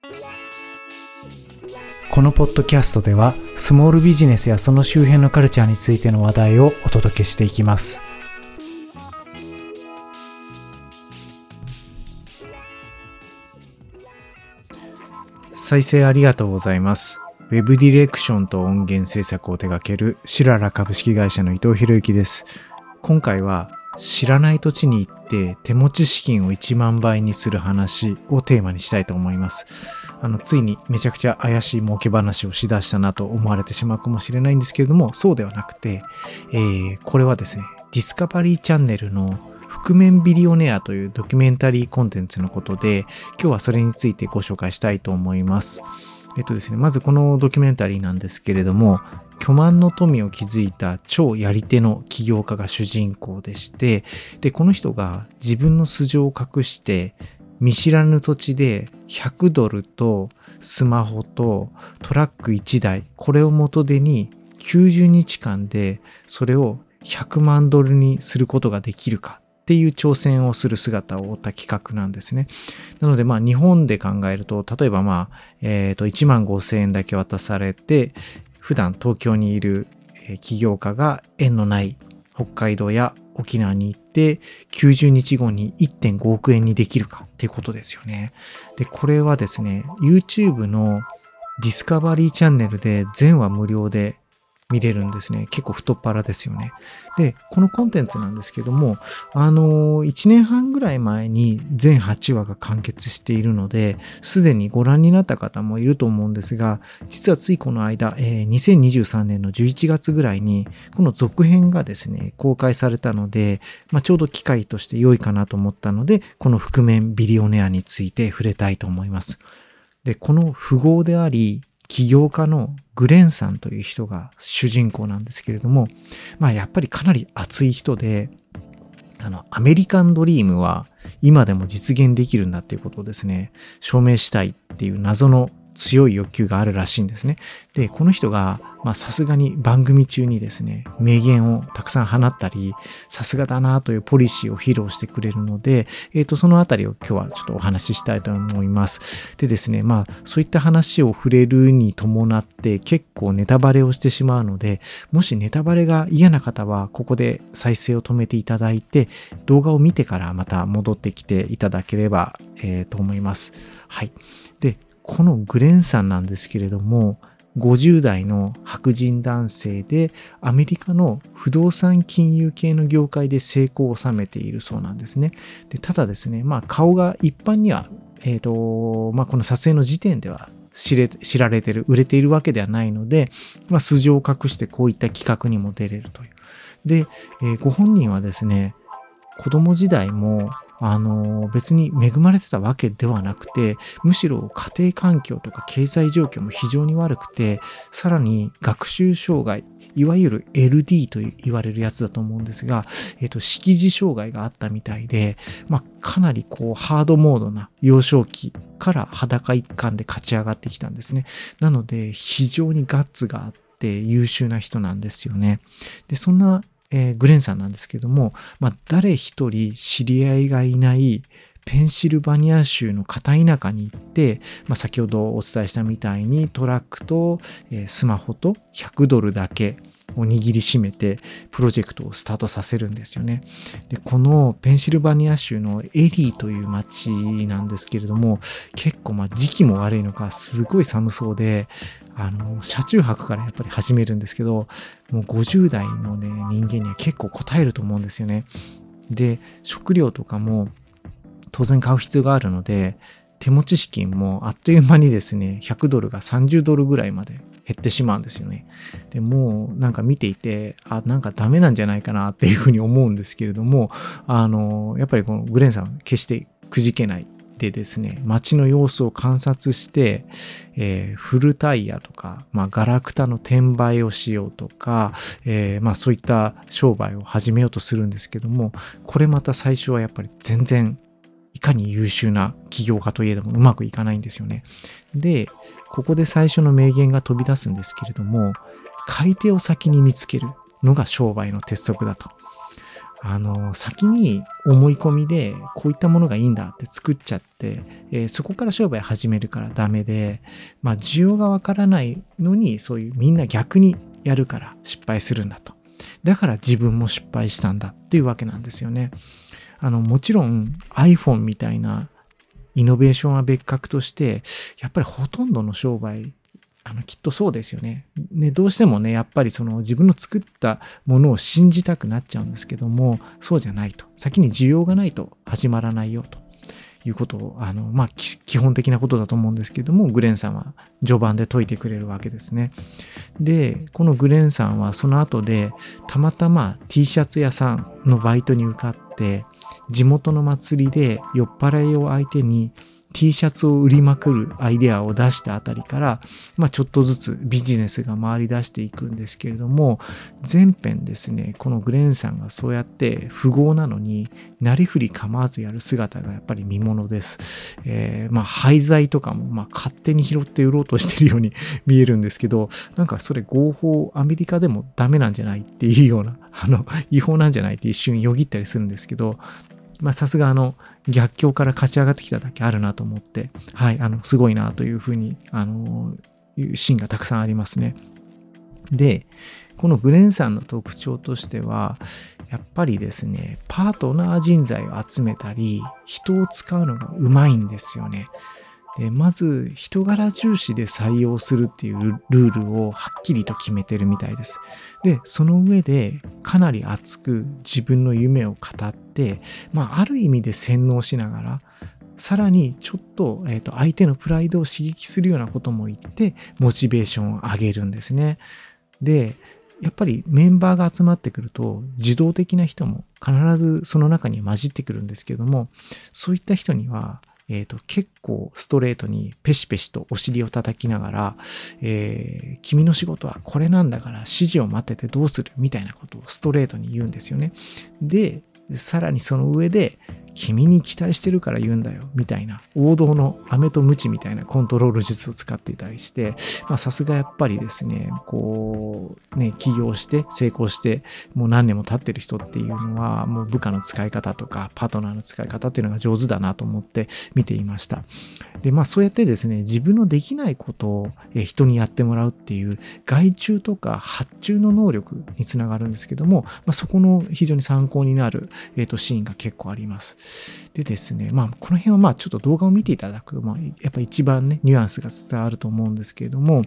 このポッドキャストではスモールビジネスやその周辺のカルチャーについての話題をお届けしていきます。再生ありがとうございます。ウェブディレクションと音源制作を手掛けるシララ株式会社の伊藤博之です。今回は知らない土地に行って手持ち資金を1万倍にする話をテーマにしたいと思います。ついにめちゃくちゃ怪しい儲け話をしだしたなと思われてしまうかもしれないんですけれども、そうではなくて、これはですね、ディスカバリーチャンネルの覆面ビリオネアというドキュメンタリーコンテンツのことで、今日はそれについてご紹介したいと思います。ですね、まずこのドキュメンタリーなんですけれども、巨万の富を築いた超やり手の起業家が主人公でして、で、この人が自分の素性を隠して、見知らぬ土地で100ドルとスマホとトラック1台、これを元手に90日間でそれを100万ドルにすることができるかっていう挑戦をする姿を追った企画なんですね。なので日本で考えると、例えば1万5,000円だけ渡されて、普段東京にいる起業家が縁のない北海道や沖縄に行って90日後に 1.5 億円にできるかっていうことですよね。で、これはですね、YouTube のディスカバリーチャンネルで全話無料で見れるんですね。結構太っ腹ですよね。で、このコンテンツなんですけども、1年半ぐらい前に全8話が完結しているので、すでにご覧になった方もいると思うんですが、実はついこの間、2023年の11月ぐらいに、この続編がですね、公開されたので、ちょうど機会として良いかなと思ったので、この覆面ビリオネアについて触れたいと思います。で、この富豪であり、起業家のグレンさんという人が主人公なんですけれども、やっぱりかなり熱い人で、アメリカンドリームは今でも実現できるんだっていうことをですね、証明したいっていう謎の強い欲求があるらしいんですね。で、この人がさすがに番組中にですね、名言をたくさん放ったり、さすがだなというポリシーを披露してくれるので、そのあたりを今日はちょっとお話ししたいと思います。でですね、そういった話を触れるに伴って結構ネタバレをしてしまうので、もしネタバレが嫌な方はここで再生を止めていただいて、動画を見てからまた戻ってきていただければ、と思います。はい。で、このグレンさんなんですけれども、50代の白人男性でアメリカの不動産金融系の業界で成功を収めているそうなんですね。で、ただですね、顔が一般には、この撮影の時点では知られてる、売れているわけではないので、素性を隠してこういった企画にも出れるという。で、ご本人はですね、子供時代も別に恵まれてたわけではなくて、むしろ家庭環境とか経済状況も非常に悪くて、さらに学習障害、いわゆる LD と言われるやつだと思うんですが、識字障害があったみたいで、かなりハードモードな幼少期から裸一貫で勝ち上がってきたんですね。なので、非常にガッツがあって優秀な人なんですよね。で、そんなグレンさんなんですけども、誰一人知り合いがいないペンシルバニア州の片田舎に行って、先ほどお伝えしたみたいにトラックとスマホと100ドルだけを握りしめてプロジェクトをスタートさせるんですよね。で、このペンシルバニア州のエリーという町なんですけれども、結構時期も悪いのかすごい寒そうで、車中泊からやっぱり始めるんですけど、もう50代のね、人間には結構応えると思うんですよね。で、食料とかも当然買う必要があるので、手持ち資金もあっという間にですね、100ドルが30ドルぐらいまで減ってしまうんですよね。で、もう見ていて、ダメなんじゃないかなっていうふうに思うんですけれども、やっぱりこのグレンさんは決してくじけないでですね、街の様子を観察して、フルタイヤとか、ガラクタの転売をしようとか、そういった商売を始めようとするんですけども、これまた最初はやっぱり全然いかに優秀な起業家といえどもうまくいかないんですよね。で、ここで最初の名言が飛び出すんですけれども、買い手を先に見つけるのが商売の鉄則だと。 先に思い込みでこういったものがいいんだって作っちゃって、そこから商売始めるからダメで、需要がわからないのにそういうみんな逆にやるから失敗するんだと。だから自分も失敗したんだっていうわけなんですよね。もちろん iPhone みたいなイノベーションは別格として、やっぱりほとんどの商売、きっとそうですよね。どうしてもね、やっぱりその自分の作ったものを信じたくなっちゃうんですけども、そうじゃないと。先に需要がないと始まらないよということを、基本的なことだと思うんですけども、グレンさんは序盤で説いてくれるわけですね。で、このグレンさんはその後で、たまたま T シャツ屋さんのバイトに受かって、地元の祭りで酔っ払いを相手にT シャツを売りまくるアイデアを出したあたりから、ちょっとずつビジネスが回り出していくんですけれども、前編ですね、このグレンさんがそうやって富豪なのになりふり構わずやる姿がやっぱり見ものです。廃材とかも勝手に拾って売ろうとしてるように見えるんですけど、なんかそれ合法、アメリカでもダメなんじゃないっていうような、違法なんじゃないって一瞬よぎったりするんですけど、さすが逆境から勝ち上がってきただけあるなと思って、はい、すごいなというふうに、いうシーンがたくさんありますね。で、このグレンさんの特徴としては、やっぱりですね、パートナー人材を集めたり、人を使うのがうまいんですよね。でまず人柄重視で採用するっていうルールをはっきりと決めてるみたいです。で、その上でかなり熱く自分の夢を語って、ある意味で洗脳しながら、さらにちょっと、相手のプライドを刺激するようなことも言って、モチベーションを上げるんですね。で、やっぱりメンバーが集まってくると、受動的な人も必ずその中に混じってくるんですけども、そういった人には、結構ストレートにペシペシとお尻を叩きながら、君の仕事はこれなんだから指示を待っててどうするみたいなことをストレートに言うんですよね。で、さらにその上で、君に期待してるから言うんだよみたいな王道の飴とムチみたいなコントロール術を使っていたりして、さすがやっぱりですね、起業して成功してもう何年も経ってる人っていうのはもう部下の使い方とかパートナーの使い方っていうのが上手だなと思って見ていました。で、そうやってですね、自分のできないことを人にやってもらうっていう外注とか発注の能力につながるんですけども、そこの非常に参考になるシーンが結構あります。でですね、この辺はちょっと動画を見ていただくと、やっぱり一番ね、ニュアンスが伝わると思うんですけれども、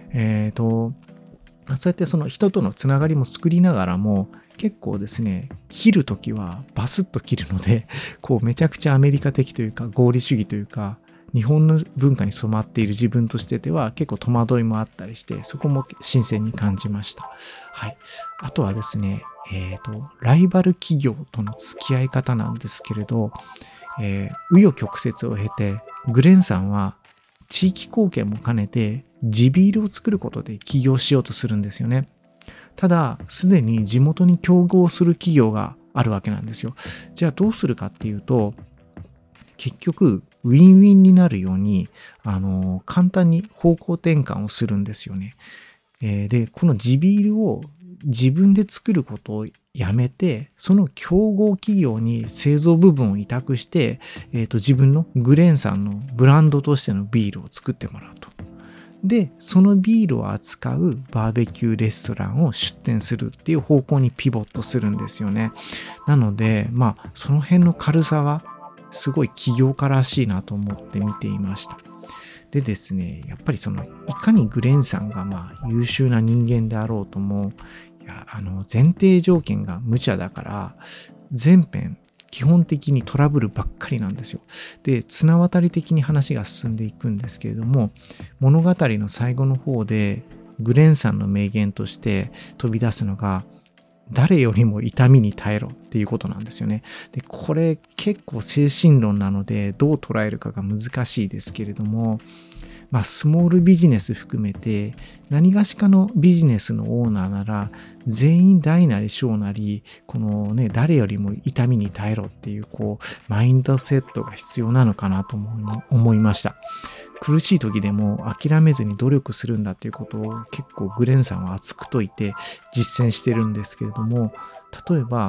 そうやってその人とのつながりも作りながらも、結構ですね、切るときはバスッと切るので、めちゃくちゃアメリカ的というか、合理主義というか、日本の文化に染まっている自分としてでは結構戸惑いもあったりして、そこも新鮮に感じました。はい。あとはですね、ライバル企業との付き合い方なんですけれど、紆余曲折を経て、グレンさんは地域貢献も兼ねて地ビールを作ることで起業しようとするんですよね。ただ、すでに地元に競合する企業があるわけなんですよ。じゃあどうするかっていうと、結局、ウィンウィンになるように、簡単に方向転換をするんですよね。で、この地ビールを自分で作ることをやめて、その競合企業に製造部分を委託して、自分のグレンさんのブランドとしてのビールを作ってもらうと。で、そのビールを扱うバーベキューレストランを出店するっていう方向にピボットするんですよね。なので、その辺の軽さはすごい起業家らしいなと思って見ていました。でですね、やっぱりいかにグレンさんが優秀な人間であろうとも、前提条件が無茶だから、全編基本的にトラブルばっかりなんですよ。で、綱渡り的に話が進んでいくんですけれども、物語の最後の方で、グレンさんの名言として飛び出すのが、誰よりも痛みに耐えろっていうことなんですよね。で、これ結構精神論なのでどう捉えるかが難しいですけれども、スモールビジネス含めて何がしかのビジネスのオーナーなら全員大なり小なりこのね誰よりも痛みに耐えろっていうマインドセットが必要なのかなと思いました。苦しい時でも諦めずに努力するんだっていうことを結構グレンさんは熱く説いて実践してるんですけれども、例えば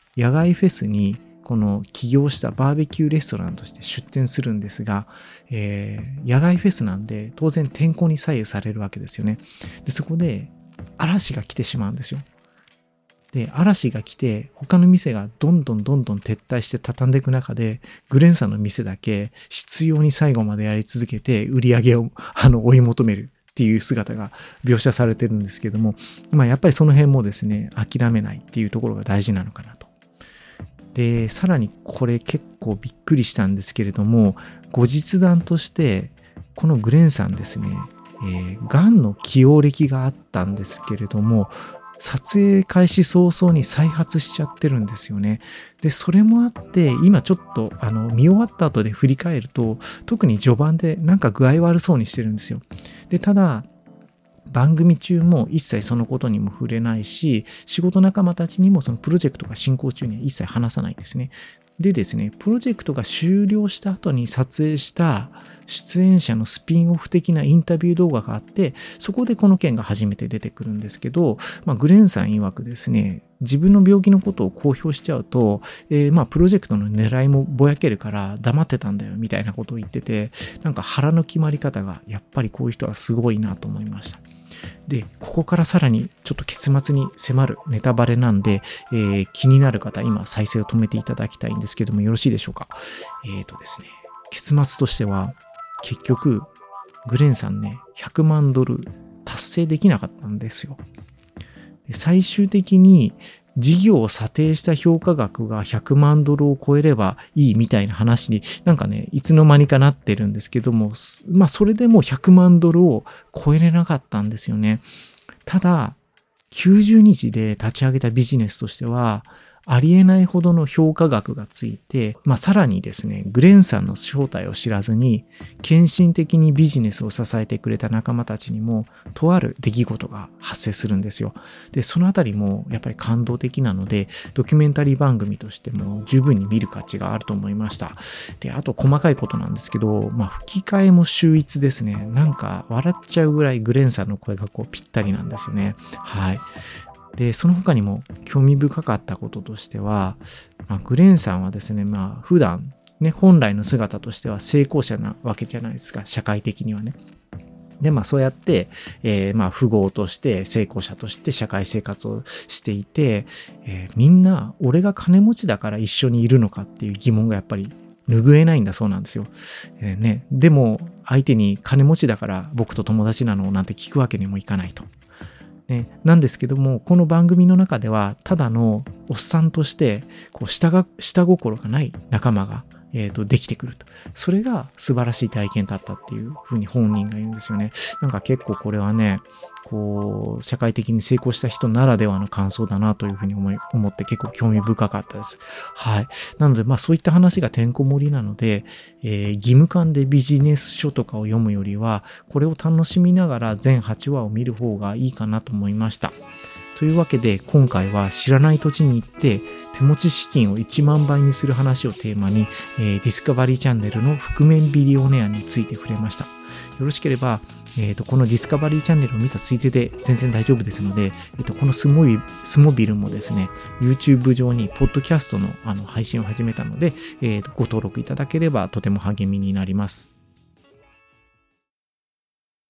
野外フェスにこの起業したバーベキューレストランとして出店するんですが、野外フェスなんで当然天候に左右されるわけですよね。で、そこで嵐が来てしまうんですよ。で、嵐が来て、他の店がどんどん撤退して畳んでいく中で、グレンさんの店だけ執拗に最後までやり続けて、売り上げを追い求めるっていう姿が描写されてるんですけども、やっぱりその辺もですね、諦めないっていうところが大事なのかなと。で、さらにこれ結構びっくりしたんですけれども、後日談として、このグレンさんですね、癌の起用歴があったんですけれども、撮影開始早々に再発しちゃってるんですよね。で、それもあって、今ちょっと見終わった後で振り返ると、特に序盤でなんか具合悪そうにしてるんですよ。で、ただ、番組中も一切そのことにも触れないし、仕事仲間たちにもそのプロジェクトが進行中には一切話さないんですね。でですね、プロジェクトが終了した後に撮影した出演者のスピンオフ的なインタビュー動画があって、そこでこの件が初めて出てくるんですけど、グレンさん曰くですね、自分の病気のことを公表しちゃうと、プロジェクトの狙いもぼやけるから黙ってたんだよみたいなことを言ってて、なんか腹の決まり方がやっぱりこういう人はすごいなと思いました。で、ここからさらにちょっと結末に迫るネタバレなんで、気になる方、今再生を止めていただきたいんですけども、よろしいでしょうか。ですね、結末としては、結局、グレンさんね、$100万達成できなかったんですよ。で、最終的に事業を査定した評価額が$100万を超えればいいみたいな話になんかね、いつの間にかなってるんですけども、それでも$100万を超えれなかったんですよね。ただ、90日で立ち上げたビジネスとしては、ありえないほどの評価額がついて、さらにですね、グレンさんの正体を知らずに、献身的にビジネスを支えてくれた仲間たちにも、とある出来事が発生するんですよ。で、そのあたりもやっぱり感動的なので、ドキュメンタリー番組としても十分に見る価値があると思いました。で、あと細かいことなんですけど、吹き替えも秀逸ですね。なんか笑っちゃうぐらいグレンさんの声がぴったりなんですよね。はい。で、その他にも興味深かったこととしては、グレンさんはですね、普段ね、本来の姿としては成功者なわけじゃないですか、社会的にはね。で、そうやって、富豪として成功者として社会生活をしていて、みんな俺が金持ちだから一緒にいるのかっていう疑問がやっぱり拭えないんだそうなんですよ。でも相手に金持ちだから僕と友達なのなんて聞くわけにもいかないと。なんですけども、この番組の中ではただのおっさんとして下心がない仲間ができてくると。それが素晴らしい体験だったっていうふうに本人が言うんですよね。なんか結構これはね、社会的に成功した人ならではの感想だなというふうに思って結構興味深かったです。はい。なのでそういった話がてんこ盛りなので、義務感でビジネス書とかを読むよりは、これを楽しみながら全8話を見る方がいいかなと思いました。というわけで今回は知らない土地に行って手持ち資金を1万倍にする話をテーマに、ディスカバリーチャンネルの覆面ビリオネアについて触れました。よろしければ、このディスカバリーチャンネルを見たついでで全然大丈夫ですので、このスモビルもですね、YouTube 上にポッドキャストの配信を始めたので、ご登録いただければとても励みになります。